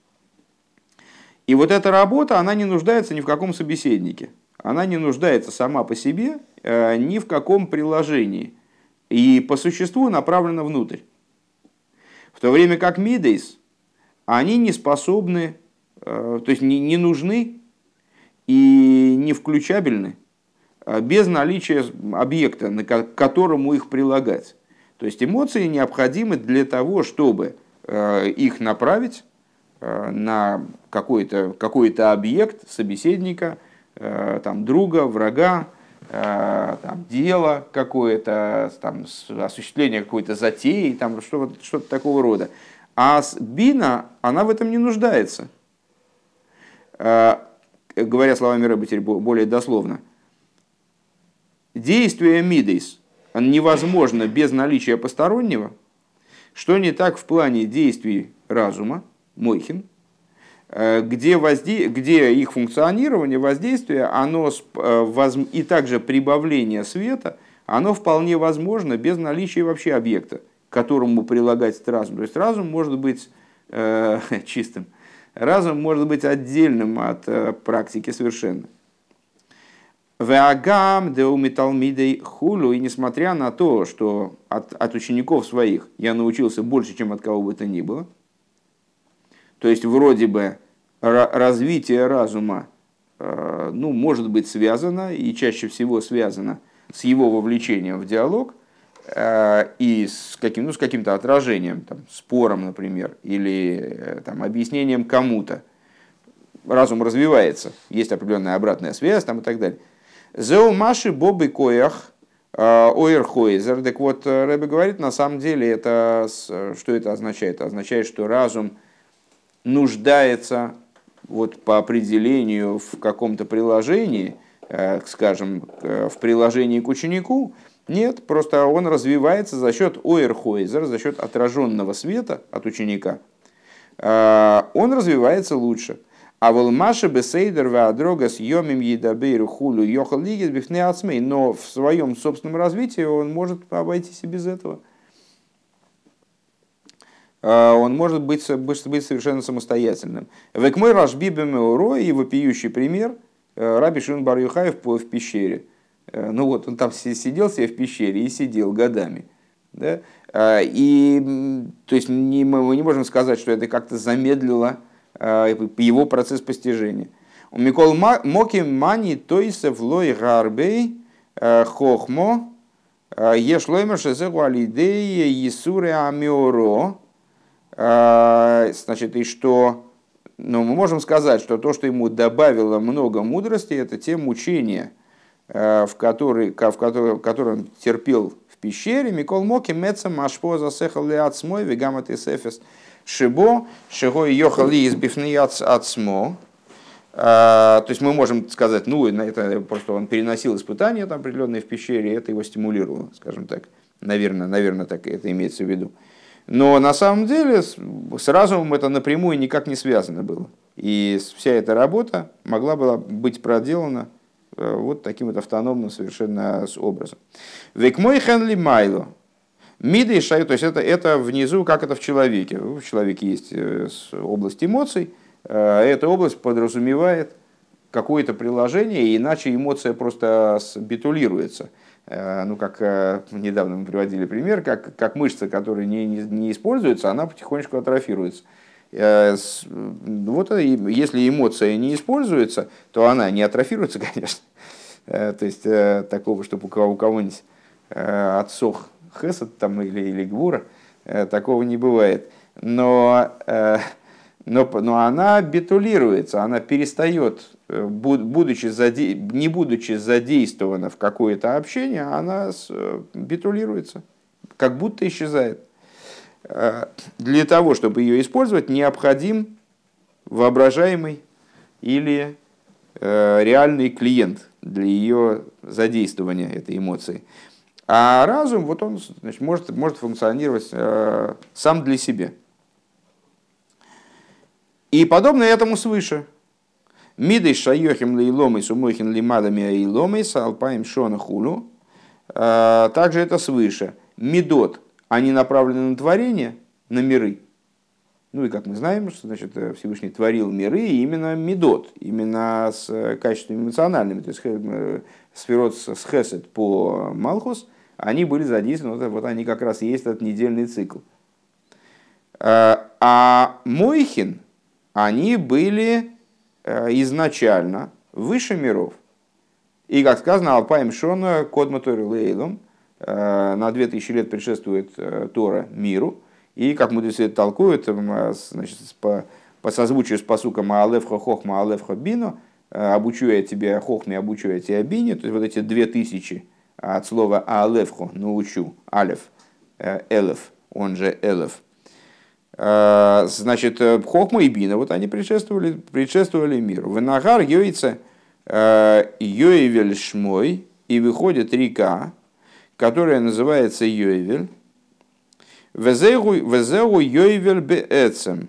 И вот эта работа, она не нуждается ни в каком собеседнике, она не нуждается сама по себе ни в каком приложении. И по существу направлена внутрь. В то время как мидейс, они не способны, то есть не, не нужны и не включабельны без наличия объекта, к которому их прилагать. То есть эмоции необходимы для того, чтобы их направить на какой-то, какой-то объект, собеседника, там, друга, врага, там, дело какое-то, там, осуществление какой-то затеи, там, что-то, что-то такого рода. А бина, она в этом не нуждается. Говоря словами Рэба теперь более дословно, действие мидейс невозможно без наличия постороннего, что не так в плане действий разума, мойхин, где, возде... где их функционирование, воздействие, оно и также прибавление света, оно вполне возможно без наличия вообще объекта, к которому прилагать разум. То есть разум может быть э, чистым, разум может быть отдельным от э, практики совершенно. Веагам деумиталмидей хулу, и несмотря на то, что от, от учеников своих я научился больше, чем от кого бы то ни было, то есть вроде бы развитие разума, ну, может быть связано, и чаще всего связано с его вовлечением в диалог и с, каким, ну, с каким-то отражением, там, спором, например, или там, объяснением кому-то. Разум развивается, есть определенная обратная связь там, и так далее. «Зеу маши бобы коях ойрхойзер». Так вот, Рэбе говорит, на самом деле, это, что это означает? Это означает, что разум нуждается вот по определению в каком-то приложении, скажем, в приложении к ученику. Нет, просто он развивается за счет ойрхойзер, за счет отраженного света от ученика. Он развивается лучше. А волмаша бесейдер вадрога с йомим едабейру хулю йохал лигис бифне ацмей, но в своем собственном развитии он может обойтись и без этого. Он может быть, быть совершенно самостоятельным. Век мой рашби бемеуро, и вопиющий пример Раби Шимон бар Йохай в пещере. Ну вот, он там сидел себе в пещере и сидел годами. Да? И, то есть не, мы не можем сказать, что это как-то замедлило его процесс постижения. У Микол Моки Мани Тойсев Лой Гарбей Хохмо Ешлоймер Шезегу Алидея Есуре Амиоро. Значит, и что, ну, мы можем сказать, что то, что ему добавило много мудрости, это те мучения, в которые, в которые, которые он терпел в пещере. Микол Моки Мецам Ашпо засехал ли отсмой вегамат и сефес шибо шего йохали из бифнияц отсмо. То есть мы можем сказать, ну, это просто он переносил испытания там, определенные в пещере, и это его стимулировало, скажем так. Наверное, наверное, так это имеется в виду. Но на самом деле с разумом это напрямую никак не связано было. И вся эта работа могла была быть проделана вот таким вот автономным совершенно образом. Век мой хенли майло. Миды шаю, то есть это, это внизу, как это в человеке. В человеке есть область эмоций. Эта область подразумевает какое-то приложение, иначе эмоция просто битулируется. Ну, как недавно мы приводили пример, как, как мышца, которая не, не, не используется, она потихонечку атрофируется. Вот если эмоция не используется, то она не атрофируется, конечно. То есть такого, чтобы у кого-нибудь отсох хесед там или, или гвура, такого не бывает. Но, но, но она битулируется, она перестает, будучи заде, не будучи задействована в какое-то общение, она битулируется, как будто исчезает. Для того, чтобы ее использовать, необходим воображаемый или реальный клиент для ее задействования этой эмоции. А разум, вот он, значит, может, может функционировать э, сам для себя. И подобно этому свыше. Мидей шайохим лейломой сумойхин лимадами аиломой салпаем шона хулу. Также это свыше. Мидот, они направлены на творение, на миры. Ну и как мы знаем, что значит, Всевышний творил миры именно мидот, именно с качествами эмоциональными. То есть сферот с хесед по малхус, они были задействованы, вот они как раз и есть этот недельный цикл. А мойхин, они были изначально выше миров. И, как сказано, Алпаем Шона, Кодматор Лейлом, на две тысячи лет предшествует Тора миру. И, как мудрецы это толкуют, значит, по, по созвучию с пасуком Аалефха Хохма Аалефха Бино, обучу я тебя Хохме, обучу я тебя Бине, то есть вот эти две тысячи от слова Аалефхо, научу, Алеф, Элеф, он же Элеф. Значит, Хохма и Бина, вот они предшествовали, предшествовали миру. Венагар йоица Йоевель Шмой, и выходит река, которая называется Йоевель. Везегу Йоевель беэцем.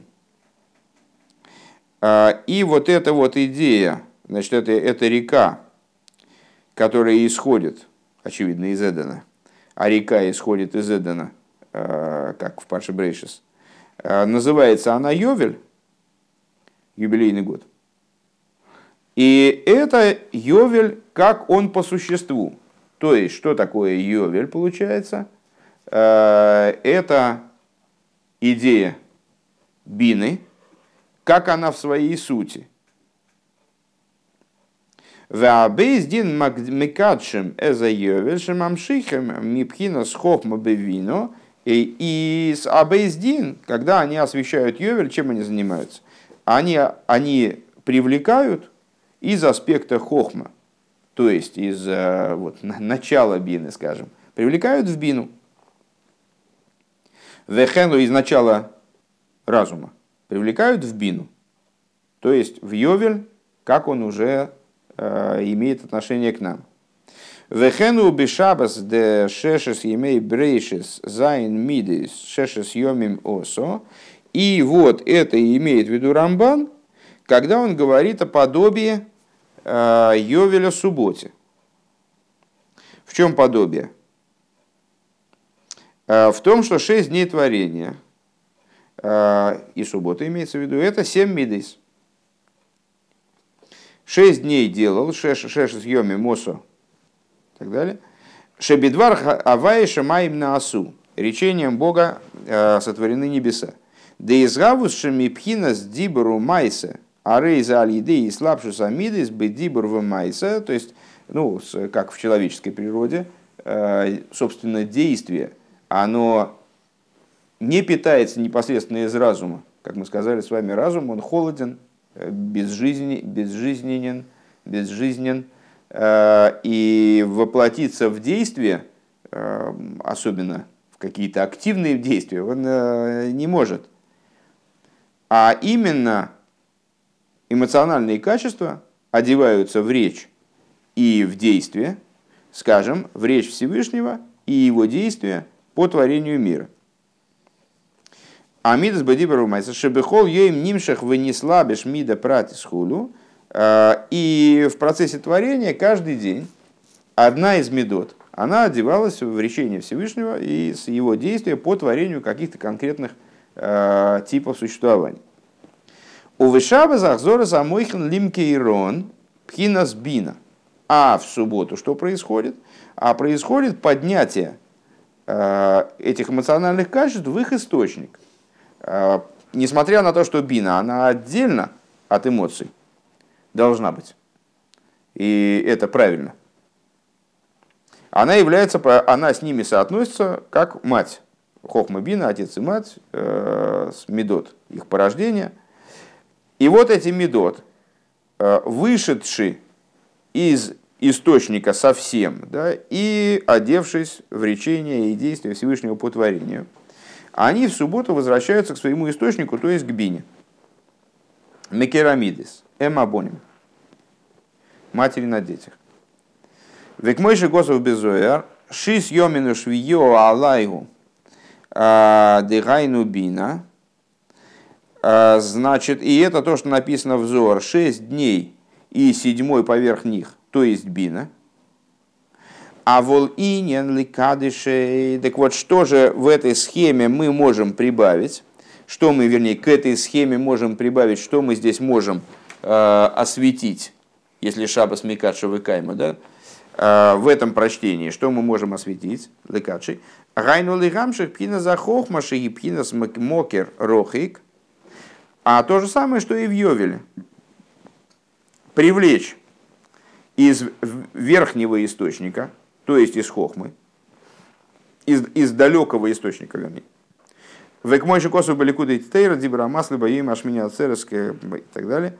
И вот эта вот идея, значит, это, это река, которая исходит, очевидно, из Эдена, а река исходит из Эдена, как в Парше Брейшис, называется она Йовель, юбилейный год. И это Йовель, как он по существу. То есть, что такое Йовель, получается? Это идея бины, как она в своей сути. Веабейздин мекадшем эза Йовель шемамшихем мипхина схохма бевино. И с Абейздин, когда они освещают Йовель, чем они занимаются? Они, они привлекают из аспекта хохма, то есть из вот, начала бины, скажем, привлекают в бину. Вехену из начала разума привлекают в бину, то есть в Йовель, как он уже э, имеет отношение к нам. Вехену бешабас де шешес емей брейшес зайн мидис шешес йомим осо. И вот это имеет в виду Рамбан, когда он говорит о подобии э, Йовеля субботе. В чем подобие? Э, в том, что шесть дней творения, э, и суббота имеется в виду, это семь мидис. Шесть дней делал, шешес шешес йомим осо. Так далее. Шебедвар авай шамаим наасу. Речением Бога э, сотворены небеса. Да изгавус шемипхина с дибору майса, а рейза аль-еды и слабшу самидис бы дибор в майса. То есть, ну, как в человеческой природе, э, собственно, действие, оно не питается непосредственно из разума. Как мы сказали с вами, разум, он холоден, безжизнен, безжизненен, безжизнен. И воплотиться в действие, особенно в какие-то активные действия, он не может. А именно эмоциональные качества одеваются в речь и в действие, скажем, в речь Всевышнего и его действия по творению мира. Амидас бадибару майса шебехол йоим нимшах вынесла бешмида пратис хулу. И в процессе творения каждый день одна из медот, она одевалась в речение Всевышнего и с его действия по творению каких-то конкретных э, типов существования. У вышаба захзора замойхен лимкейрон пхинас бина. А в субботу что происходит? А происходит поднятие э, этих эмоциональных качеств в их источник. Э, несмотря на то, что бина, она отдельно от эмоций. Должна быть. И это правильно. она является, она с ними соотносится как мать. Хохма Бина, отец и мать, э, с Медот, их порождение. И вот эти Медот, э, вышедшие из источника совсем, да, и одевшись в речение и действия Всевышнего по творению, они в субботу возвращаются к своему источнику, то есть к Бине. Мекерамидис, эмабоним, матери на детях. Векмойши Госов Безояр, шис йомину швио алайгу дегайну бина. Значит, и это то, что написано в Зоар, шесть дней и седьмой поверх них, то есть бина. А вол иньян ликадышей. Так вот, что же в этой схеме мы можем прибавить? Что мы, вернее, к этой схеме можем прибавить, что мы здесь можем э, осветить, если шабас микадша выкайма, да? Э, в этом прочтении, что мы можем осветить? Ликадши. Гайну лигамших пхина за хохмаши и пхина мокер рохик. А то же самое, что и в Йовеле. Привлечь из верхнего источника, то есть из хохмы, из, из далекого источника, вернее. Векмойши косу баликуда и тейра, дибра маслы, боим, ашминя цереская и так далее.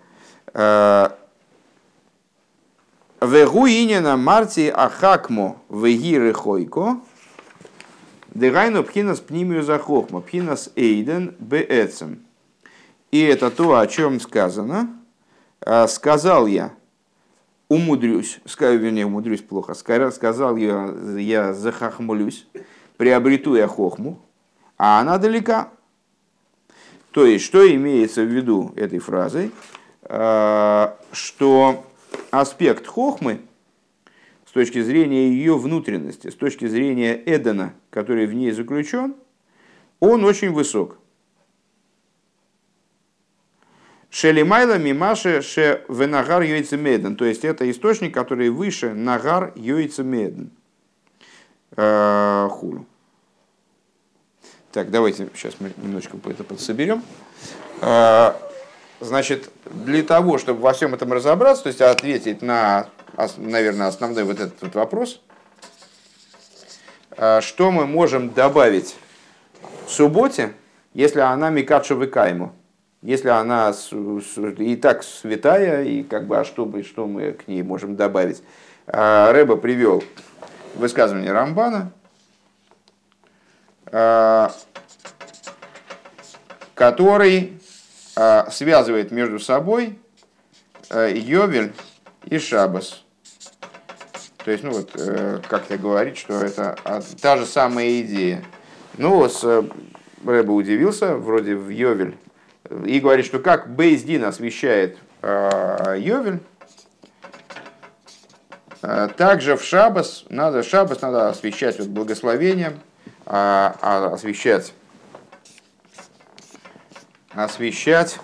Вегуинина марти ахакмо вегиры хойко, дегайну пхинас пнимию за хохма, пхинас эйден беэцем. И это то, о чем сказано. Сказал я, умудрюсь, вернее, умудрюсь плохо, сказал я, я захахмулюсь, приобрету я хохму, а она далека. То есть, что имеется в виду этой фразой? Что аспект хохмы, с точки зрения ее внутренности, с точки зрения Эдена, который в ней заключен, он очень высок. Шелимайла мимаше ше венагар йойцемеден. То есть это источник, который выше нагар йойцемеден. Хулу. Так, давайте сейчас мы немножечко это подсоберем. Значит, для того, чтобы во всем этом разобраться, то есть ответить на, наверное, основной вот этот вот вопрос, что мы можем добавить в субботе, если она микадша выкайму? Если она и так святая, и как бы, а что, что мы к ней можем добавить? Рэбе привел высказывание Рамбана, который связывает между собой Йовель и Шаббас. То есть, ну вот, как-то говорит, что это та же самая идея. Ну, Рэбе удивился, вроде в Йовель, и говорит, что как Бейс Дин освещает э, Йовель, э, также в Шаббас надо, Шаббас надо освещать вот благословением, а, а освещать, освещать,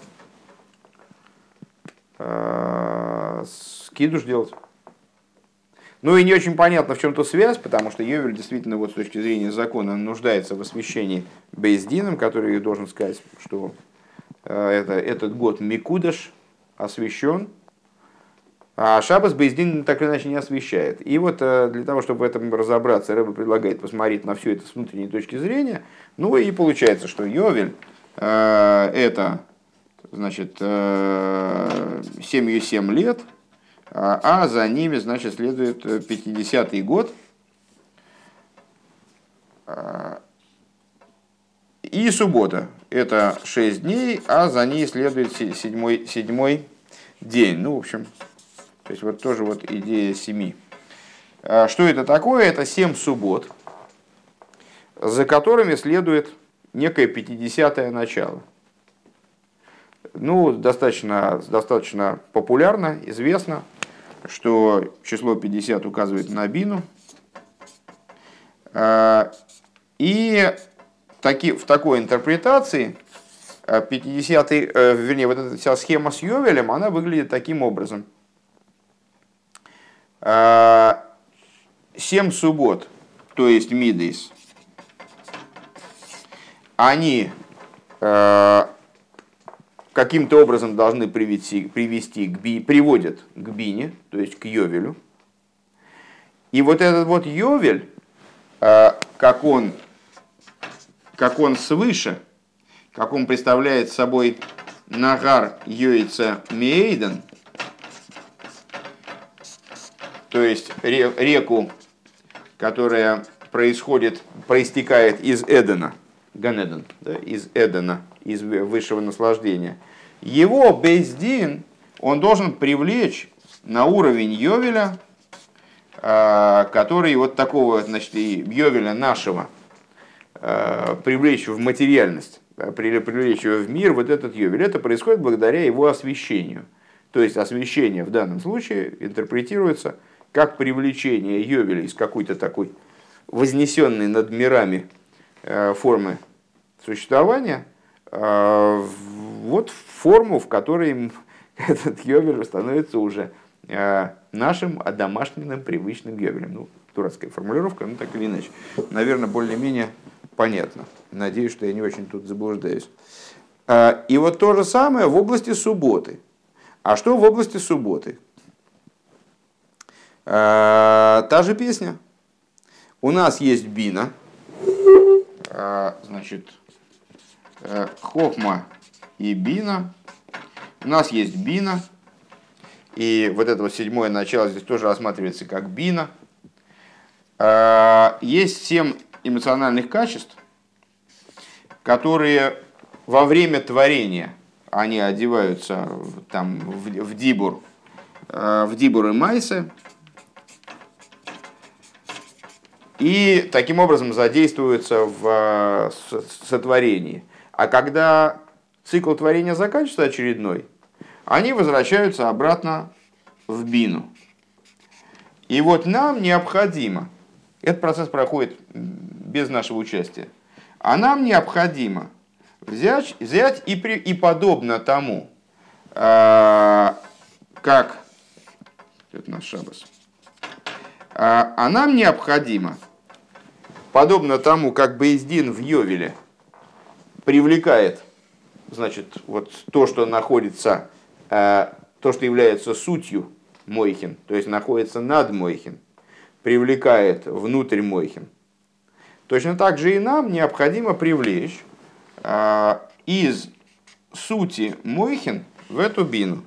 э, кидуш делать. Ну и не очень понятно, в чем тут связь, потому что Йовель действительно вот с точки зрения закона нуждается в освящении Бейс Дином, который должен сказать, что Это, этот год Микудаш освящен, а Шаббас Бейс Дин так или иначе не освещает. И вот для того, чтобы в этом разобраться, Рэбе предлагает посмотреть на все это с внутренней точки зрения. Ну и получается, что Йовель э, это, значит, э, семью семь лет, а, а за ними, значит, следует пятидесятый год. И суббота – это шесть дней, а за ней следует седьмой, седьмой день. Ну, в общем, то есть вот тоже вот идея семи. Что это такое? Это семь суббот, за которыми следует некое пятидесятое начало. Ну, достаточно, достаточно популярно, известно, что число пятьдесят указывает на бину. И таки, в такой интерпретации пятидесятый, вернее, вот эта вся схема с Йовелем, она выглядит таким образом. Семь суббот, то есть мидейс, они каким-то образом должны привести, привести к би, приводят к бине, то есть к Йовелю. И вот этот вот Йовель, как он, как он свыше, как он представляет собой Нагар Йойца Мейден, то есть реку, которая происходит, проистекает из Эдена, Ганеден, да, из Эдена, из высшего наслаждения. Его бейздин он должен привлечь на уровень Йовеля, который вот такого, значит, Йовеля нашего, привлечь в материальность, привлечь его в мир, вот этот Йовель. Это происходит благодаря его освящению. То есть освящение в данном случае интерпретируется как привлечение Йовеля из какой-то такой вознесенной над мирами формы существования вот в форму, в которой этот Йовель становится уже нашим одомашненным привычным Йовелем. Ну, дурацкая формулировка, но так или иначе. Наверное, более-менее понятно. Надеюсь, что я не очень тут заблуждаюсь. И вот то же самое в области субботы. А что в области субботы? Та же песня. У нас есть бина, значит, хохма и бина. У нас есть бина. И вот это вот седьмое начало здесь тоже рассматривается как бина. Есть семь эмоциональных качеств, которые во время творения они одеваются там, в, в дибур, в дибур и майсе, и таким образом задействуются в сотворении. А когда цикл творения заканчивается очередной, они возвращаются обратно в бину. И вот нам необходимо, этот процесс проходит без нашего участия, а нам необходимо взять, взять и, при, и подобно тому, э, как, это наш шаббас, э, а нам необходимо, подобно тому, как бейздин в Йовеле привлекает, значит, вот то, что находится, э, то, что является сутью Мойхин, то есть находится над Мойхин, привлекает внутрь Мойхин. Точно так же и нам необходимо привлечь э, из сути Мойхин в эту бину.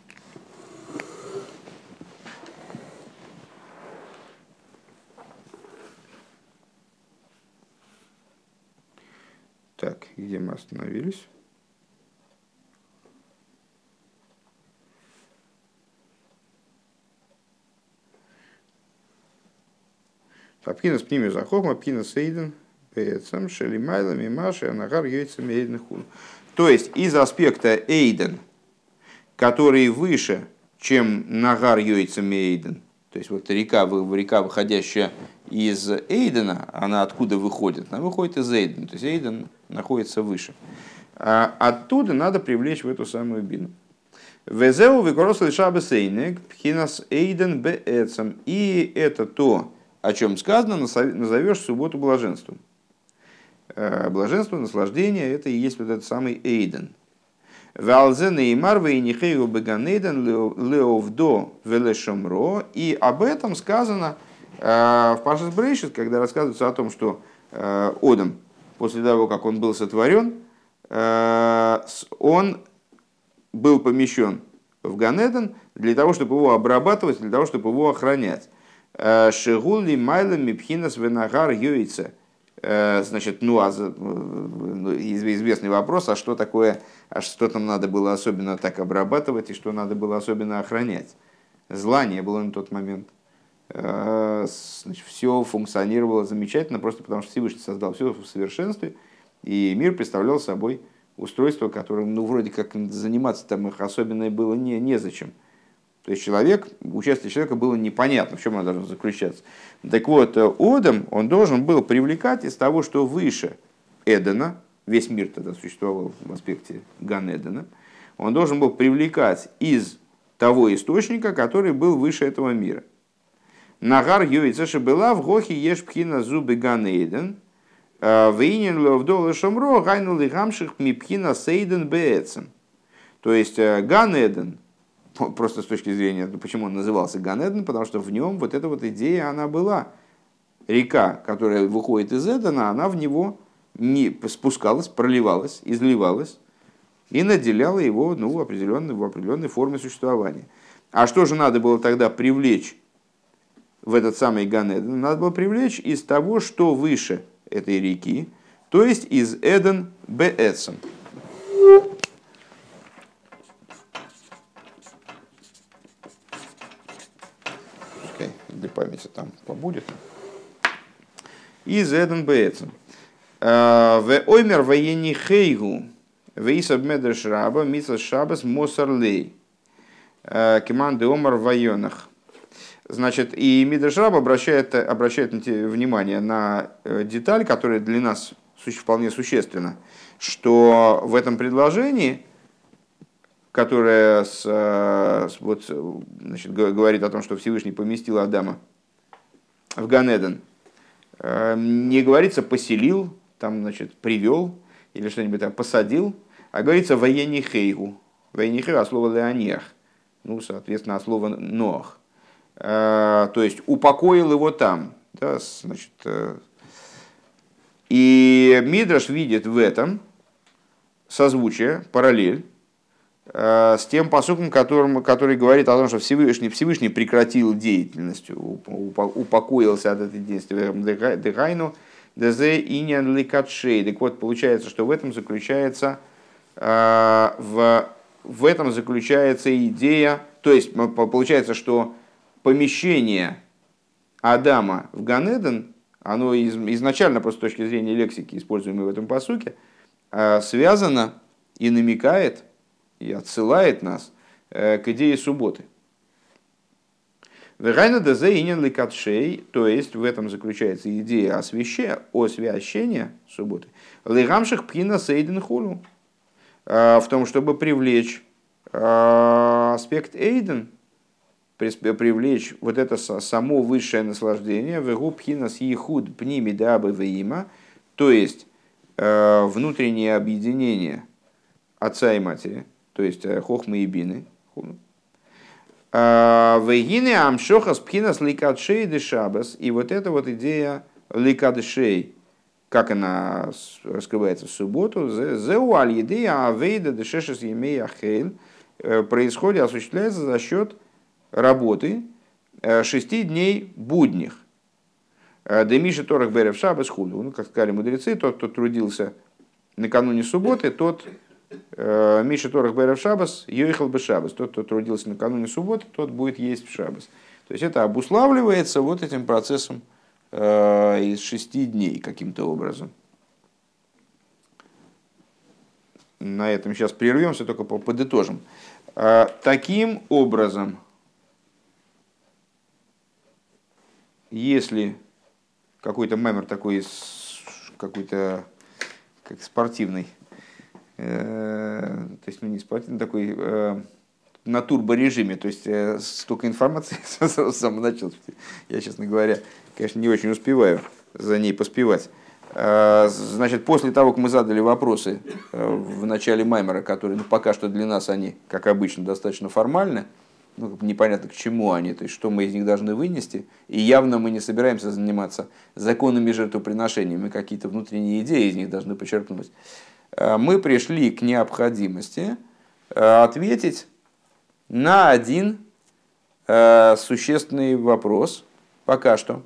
Так, где мы остановились? Папкина с пними захохма, пкина сейден, пецам, шелимайла, мимаши, анагар, яйцам, эйден хун. То есть из аспекта эйден, который выше, чем нагар яйцам эйден, то есть вот река, река, выходящая из Эйдена, она откуда выходит? Она выходит из Эйдена, то есть Эйден находится выше. А оттуда надо привлечь в эту самую бину. Везеу викорослый шабесейнек пхинас Эйден беэцам. И это то, о чем сказано, назовешь субботу блаженством. Блаженство, наслаждение, это и есть вот этот самый Эйден. И об этом сказано в Паршас Бейшит, когда рассказывается о том, что Одам, после того, как он был сотворен, он был помещен в Ганеден для того, чтобы его обрабатывать, для того, чтобы его охранять. Шигулли майлем мипхинас венагар йойца. Значит, ну, а известный вопрос, а что такое, а что там надо было особенно так обрабатывать и что надо было особенно охранять? Зла не было на тот момент. Значит, все функционировало замечательно, просто потому что Всевышний создал все в совершенстве, и мир представлял собой устройство, которым, ну, вроде как заниматься там их особенно было не, незачем. То есть человек, участие человека было непонятно, в чем оно должно заключаться. Так вот, Одам, он должен был привлекать из того, что выше Эдена, весь мир тогда существовал в аспекте Ган-Эдена, он должен был привлекать из того источника, который был выше этого мира. Нагар йойцеши была в гохи еш пхина зубы Ган-Эден, вейнин ловдолы шомро гайну лигамших мипхина сейден беэцем. То есть Ган-Эден, просто с точки зрения, почему он назывался Ганеден, потому что в нем вот эта вот идея, она была. Река, которая выходит из Эдена, она в него не спускалась, проливалась, изливалась и наделяла его ну, в, определенной, в определенной форме существования. А что же надо было тогда привлечь в этот самый Ганеден? Надо было привлечь из того, что выше этой реки, то есть из Эден Беэцем. Пускай для памяти там побудет. Из Эден Беэцем. В оймер воени хейгу вейсаб медреш раба митсас шабас мосарлей команды омар в районах. Значит, и Мидраш Раб обращает, обращает внимание на деталь, которая для нас вполне существенна, что в этом предложении, которое с, с, вот, значит, говорит о том, что Всевышний поместил Адама в Ганеден, не говорится «поселил», там, значит, «привел» или что-нибудь там «посадил», а говорится «ваенихейгу». «Ваенихейгу» от слова «леониах», ну, соответственно, от слова «ноах». То есть упокоил его там. Да, значит, и Мидраш видит в этом созвучие, параллель с тем пасуком, которым, который говорит о том, что Всевышний, Всевышний прекратил деятельность, упокоился от этой деятельности. Дехайну дезе иньян ликатшей. Так вот, получается, что в этом заключается в, в этом заключается идея, то есть получается, что помещение Адама в Ганеден, оно из, изначально, просто с точки зрения лексики, используемой в этом пасуке, связано и намекает, и отсылает нас к идее субботы. Верайна дезе иньян ликатшей, то есть в этом заключается идея освящения, освящения субботы. Лигамших пхина сейден хулу, в том, чтобы привлечь аспект эйден, привлечь вот это само высшее наслаждение, вегу пхина с ехуд пними дабы веима, то есть внутреннее объединение отца и матери, то есть хохмы и бины. Вегины амшохас пхинас ликадшей де шабас, и вот эта вот идея ликадшей, как она раскрывается в субботу, зеуаль идея авейда де шешес емей ахель, происходит, осуществляется за счет работы шести дней будних. Демиши торах берев шабас худу. Ну, как сказали мудрецы, тот, кто трудился накануне субботы, тот Миши торах берев шабас, йохал бы шабас. Тот, кто трудился накануне субботы, тот будет есть в шабас. То есть это обуславливается вот этим процессом э, из шести дней каким-то образом. На этом сейчас прервемся, только подытожим. Э, таким образом, если какой-то мемер такой, какой-то как спортивный, то есть ну, не спортивный, такой э, на турборежиме, то есть э, столько информации с самого начала, я, честно говоря, конечно, не очень успеваю за ней поспевать. Э, значит, после того, как мы задали вопросы э, в начале маймера, которые ну, пока что для нас они, как обычно, достаточно формальны, ну, непонятно к чему они, то есть что мы из них должны вынести, и явно мы не собираемся заниматься законами жертвоприношения, мы какие-то внутренние идеи из них должны почерпнуть. Мы пришли к необходимости ответить на один существенный вопрос, пока что,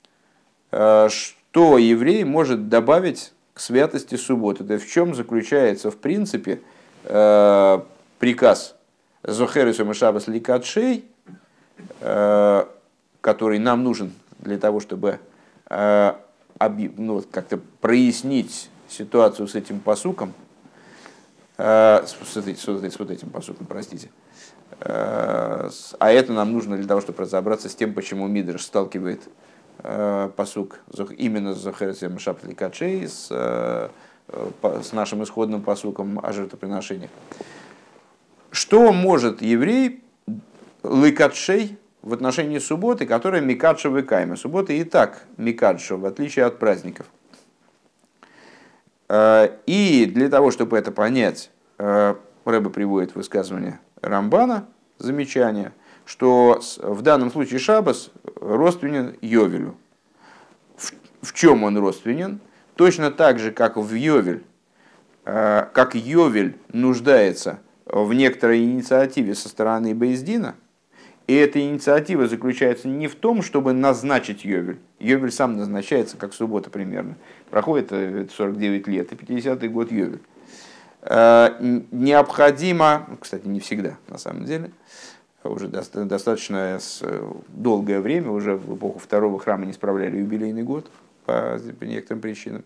что еврей может добавить к святости субботы. Это в чем заключается, в принципе, приказ Зохерису Мешабас Ликатшей, который нам нужен для того, чтобы ну, как-то прояснить ситуацию с этим пасуком, э, с, этой, с, этой, с вот этим пасуком, простите. Э, а это нам нужно для того, чтобы разобраться с тем, почему Мидраш сталкивает э, пасук именно с Зохересем Шапли Качей, с, э, с нашим исходным пасуком о жертвоприношениях. Что может еврей лыкатшей в отношении субботы, которая микадша векайма? Суббота и так микадша, в отличие от праздников. И для того, чтобы это понять, Рэбе приводит высказывание Рамбана, замечание, что в данном случае Шаббос родственен Йовелю. В, в чем он родственен? Точно так же, как в Йовель, как Йовель нуждается в некоторой инициативе со стороны Бейздина, и эта инициатива заключается не в том, чтобы назначить Йовель. Йовель сам назначается, как суббота примерно. Проходит сорок девять лет, и пятидесятый год Йовель. Необходимо, кстати, не всегда на самом деле, уже достаточно долгое время, уже в эпоху второго храма не справляли юбилейный год по некоторым причинам.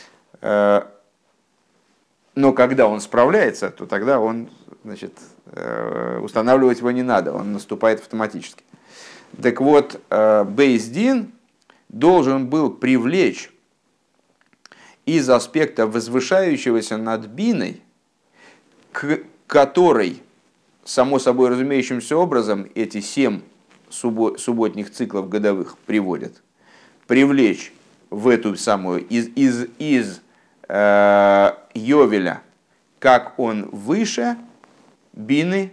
Но когда он справляется, то тогда он, значит, устанавливать его не надо, он наступает автоматически. Так вот, Бейс-Дин должен был привлечь из аспекта возвышающегося над биной, к которой, само собой разумеющимся образом, эти семь субботних циклов годовых приводят, привлечь в эту самую из, из, из э, Йовеля, как он выше бины,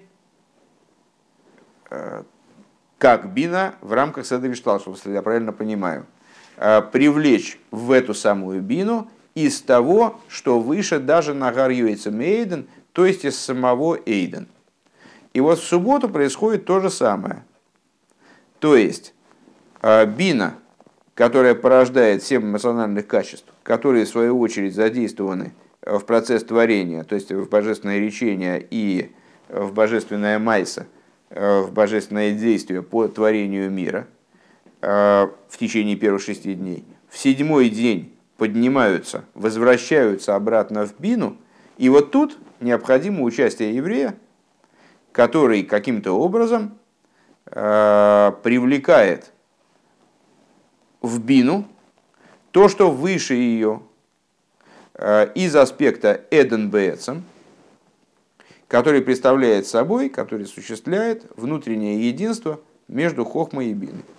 э, как бина в рамках Седер Ишталшус, если я правильно понимаю, э, привлечь в эту самую бину из того, что выше даже Нагар Йойцем Эйден, то есть из самого Эйден. И вот в субботу происходит то же самое. То есть э, бина, которая порождает семь эмоциональных качеств, которые в свою очередь задействованы в процесс творения, то есть в божественное речение и в божественное майса, в божественное действие по творению мира в течение первых шести дней. В седьмой день поднимаются, возвращаются обратно в бину, и вот тут необходимо участие еврея, который каким-то образом привлекает в бину то, что выше ее, из аспекта Эден Беэцем, который представляет собой, который осуществляет внутреннее единство между Хохмой и Биной.